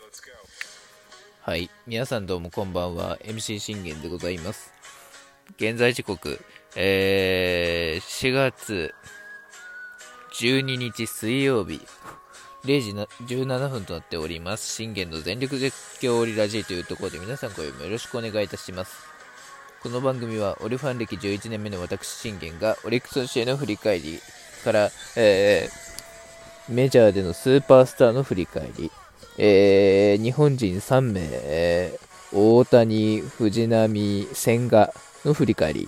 はい、皆さんどうもこんばんは。 MC 信玄でございます。現在時刻、4月12日水曜日0時17分となっております。信玄の全力絶叫オリラジーというところで皆さん今夜もよろしくお願いいたします。この番組はオリファン歴11年目の私信玄がオリックスの試合の振り返りから、メジャーでのスーパースターの振り返り、日本人3名、大谷、藤浪、千賀の振り返り、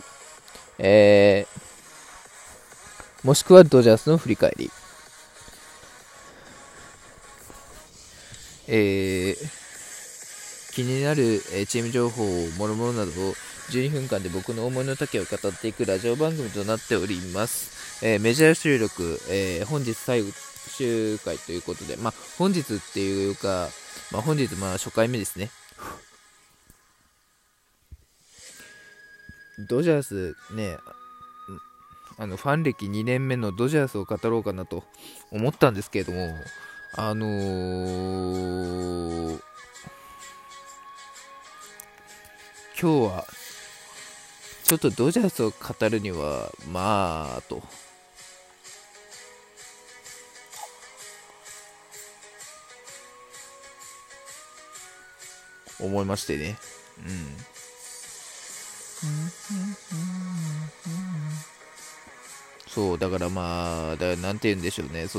もしくはドジャースの振り返り、気になる、チーム情報もろもろなどを12分間で僕の思いの丈を語っていくラジオ番組となっております。メジャー収録、本日最終回ということで、本日っていうか、本日初回目ですね。ドジャースね、ファン歴2年目のドジャースを語ろうかなと思ったんですけれども、今日はちょっとドジャースを語るにはと思いましてね。そうだからなんて言うんでしょうね、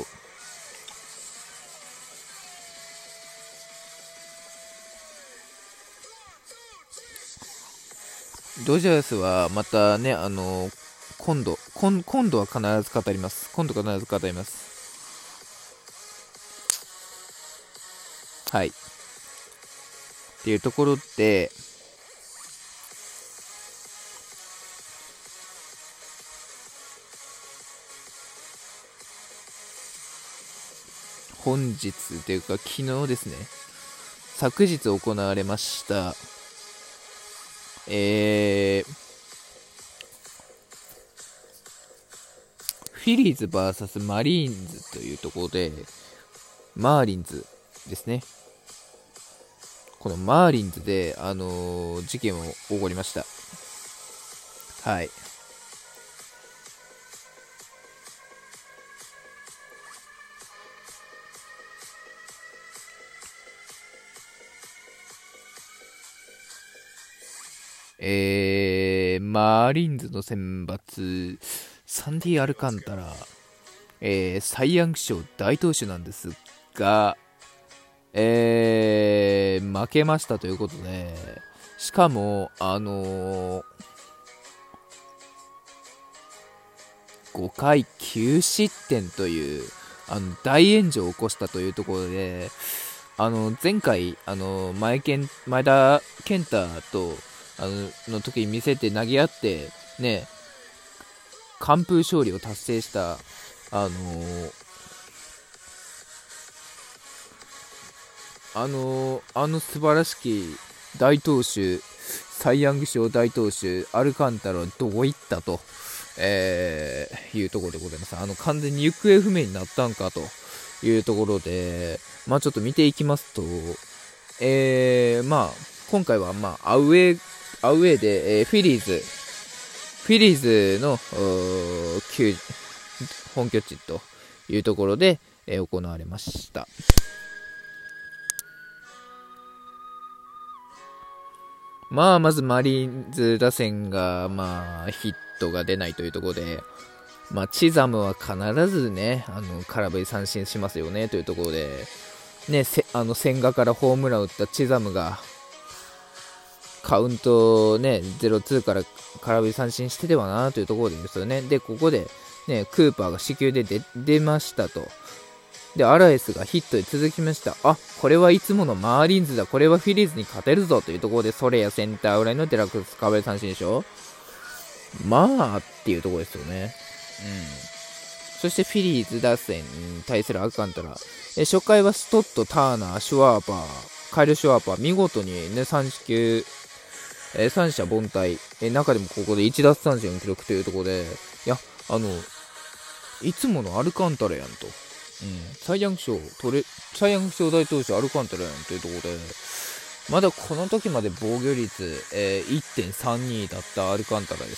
ドジャースはまたね、今度は必ず語ります。はい。っていうところで、本日というか昨日ですね、昨日行われましたフィリーズ VS マリーンズというところで、マーリンズですね。このマーリンズで、事件を起こりました。はい。マーリンズの選抜、サンディ・アルカンタラ、サイ・ヤング賞大投手なんですが、負けましたということで、しかも5回9失点という大炎上を起こしたというところで、前回前田健太との時に見せて投げ合ってね、完封勝利を達成した素晴らしき大投手、サイ・ヤング賞大投手アルカンタラはどこ行ったと、いうところでございます。完全に行方不明になったんかというところで、ちょっと見ていきますと、今回はアウェーで、フィリーズの本拠地というところで、行われました。まずマリーンズ打線がヒットが出ないというところで、チザムは必ずね空振り三振しますよねというところでね、千賀からホームランを打ったチザムがカウントね 0-2 から空振り三振してではなというところでですよね。でここでねクーパーが四球で出ましたと。でアラエスがヒットで続きました。これはいつものマーリンズだ、これはフィリーズに勝てるぞというところで、ソレやセンター裏のデラックス空振り三振でしょ。っていうところですよね。そしてフィリーズ打線に対するアルカンタラ、初回はストット、ターナー、シュワーパー、カイル・シュワーパー見事にね三球、三者凡退、中でもここで1奪三振を記録というところで、いつものアルカンタラやんとサイ・ヤング賞サイ・ヤング賞大投手アルカンタラというところで、まだこの時まで防御率、1.32 だったアルカンタラです。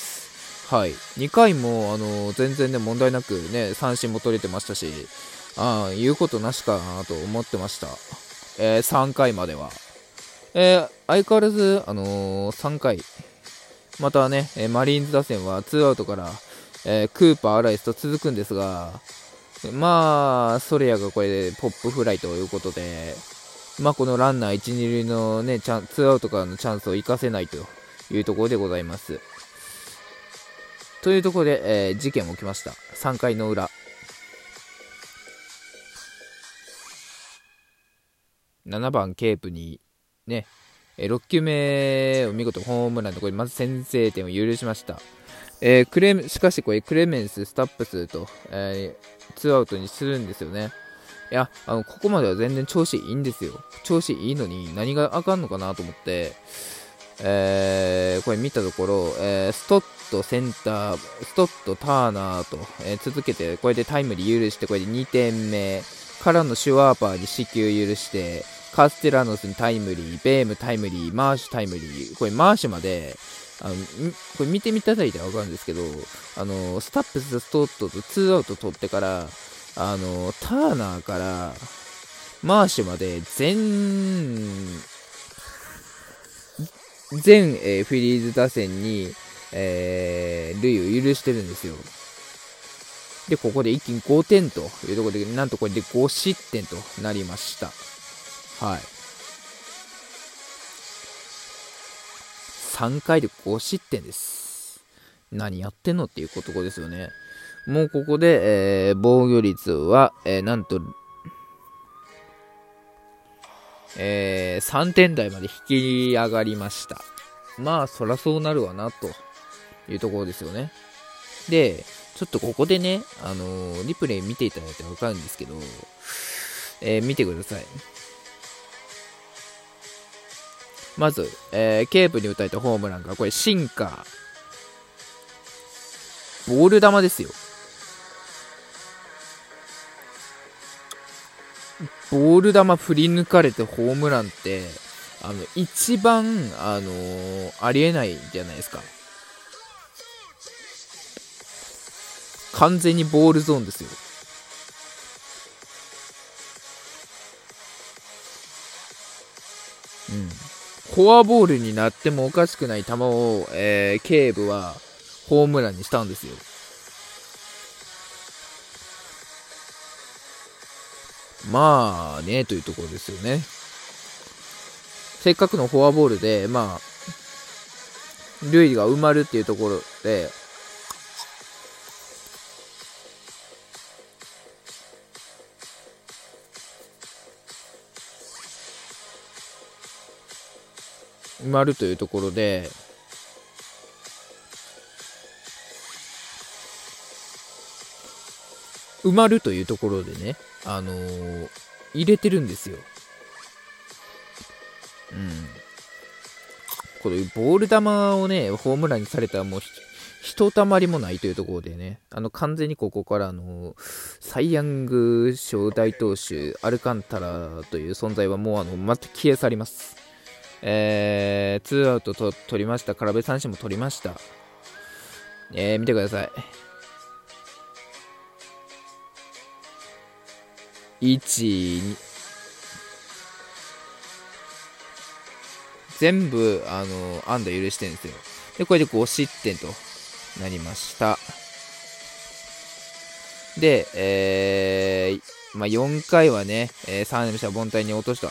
はい、2回も、全然ね問題なくね三振も取れてましたし、言うことなしかなと思ってました。3回までは、相変わらず、3回またね、マリーンズ打線は2アウトから、クーパー、アライスと続くんですが、ソレアがこれでポップフライということで、このランナー1、2塁のね、2アウトからのチャンスを生かせないというところでございます。というところで、事件起きました。3回の裏。7番ケープにね、6球目を見事ホームランでこれまず先制点を許しました。しかしこれクレメンス、スタップスと、2アウトにするんですよね。いや、ここまでは全然調子いいんですよ。調子いいのに何があかんのかなと思って、これ見たところ、ストット、センター、ストット、ターナーと、続けて、これでタイムリー許して、これで2点目からのシュワーパーに死球許して、カステラノスにタイムリー、ベームタイムリー、マーシュタイムリー、これマーシュまで、これ見てみただいたら分かるんですけど、スタップス、ストットと2アウト取ってから、ターナーからマーシュまで全フィリーズ打線に、塁を許してるんですよ。で、ここで一気に5点というところで、なんとこれで5失点となりました。はい。3回で5失点です。何やってんのっていうところですよね。もうここで、防御率は、なんと、3点台まで引き上がりました。そらそうなるわな、というところですよね。で、ちょっとここでね、リプレイ見ていただいてわかるんですけど、見てください。まず、ケープに打たれたホームランが、これシンカー。ボール球ですよ。ボール球振り抜かれてホームランって、一番、ありえないじゃないですか。完全にボールゾーンですよ。フォアボールになってもおかしくない球を、ケーブはホームランにしたんですよ。というところですよね。せっかくのフォアボールで、塁が埋まるっていうところで、埋まるというところで、埋まるというところでね、入れてるんですよ。このボール球をね、ホームランにされたらもうひとたまりもないというところでね、完全にここからサイ・ヤング賞大投手アルカンタラという存在はもう全く消え去ります。2アウト取りました。空振り三振も取りました。見てください。1、2全部安打許してるんですよ。でこれで5失点となりました。で、4回はね、3連射凡退に落とした。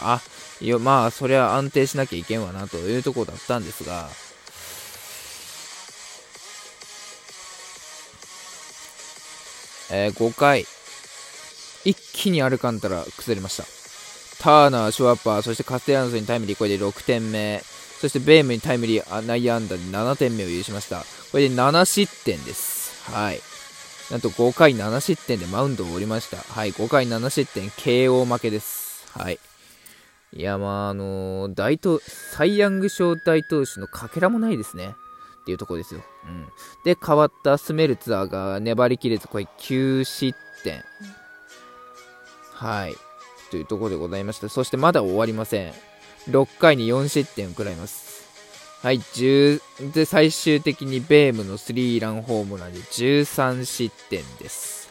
それは安定しなきゃいけんわなというところだったんですが、5回一気にアルカンタラ崩れました。ターナー、シュワッパー、そしてカステラノスにタイムリー、これで6点目。そしてベームにタイムリー、内野安打で7点目を許しました。これで7失点です。はい。なんと5回7失点でマウンドを降りました。はい、5回7失点、KO 負けです。はい。いや、サイ・ヤング賞大投手のかけらもないですね。っていうところですよ。で、変わったスメルツァーが粘りきれず、これ9失点。 はい。というところでございました。そしてまだ終わりません。6回に4失点を食らいます。はい、で、最終的にベームのスリーランホームランで13失点です。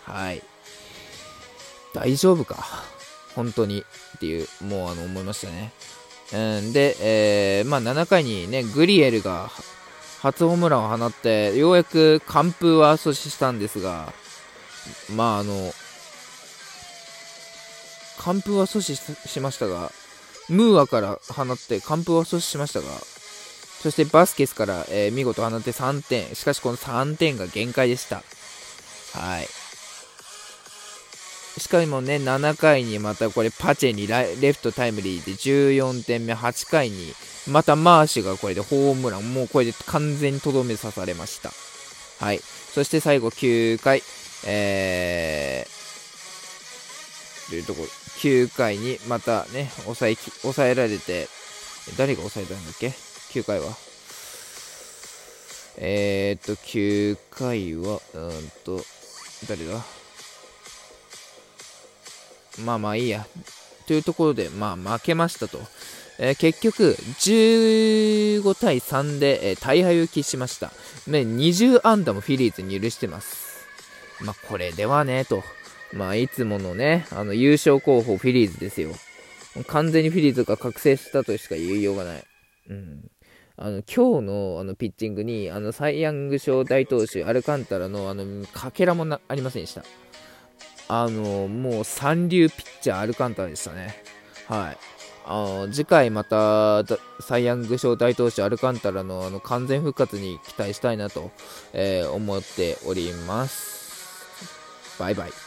はい。大丈夫か本当にっていう、もう思いましたね。で、7回にね、グリエルが初ホームランを放って、ようやく完封は阻止したんですが、完封は阻止しましたが、ムーアから放って完封は阻止しましたが、そしてバスケスから、見事放って3点。しかしこの3点が限界でした。はい。しかもね、7回にまたこれパチェにレフトタイムリーで14点目、8回にまたマーシュがこれでホームラン、もうこれで完全にとどめ刺されました。はい。そして最後9回、というところ、9回にまたね、抑えられて、誰が抑えたんだっけ ?9 回は。9回は、誰だまあいいや。というところで、負けましたと。結局、15対3で、大敗を喫しました。20安打もフィリーズに許してます。これではね、と。いつものね、優勝候補フィリーズですよ。完全にフィリーズが覚醒したとしか言いようがない。今日のピッチングにサイ・ヤング賞大投手アルカンタラのかけらもありませんでした。もう三流ピッチャーアルカンタラでしたね。はい。次回またサイ・ヤング賞大投手アルカンタラの完全復活に期待したいなと、思っております。バイバイ。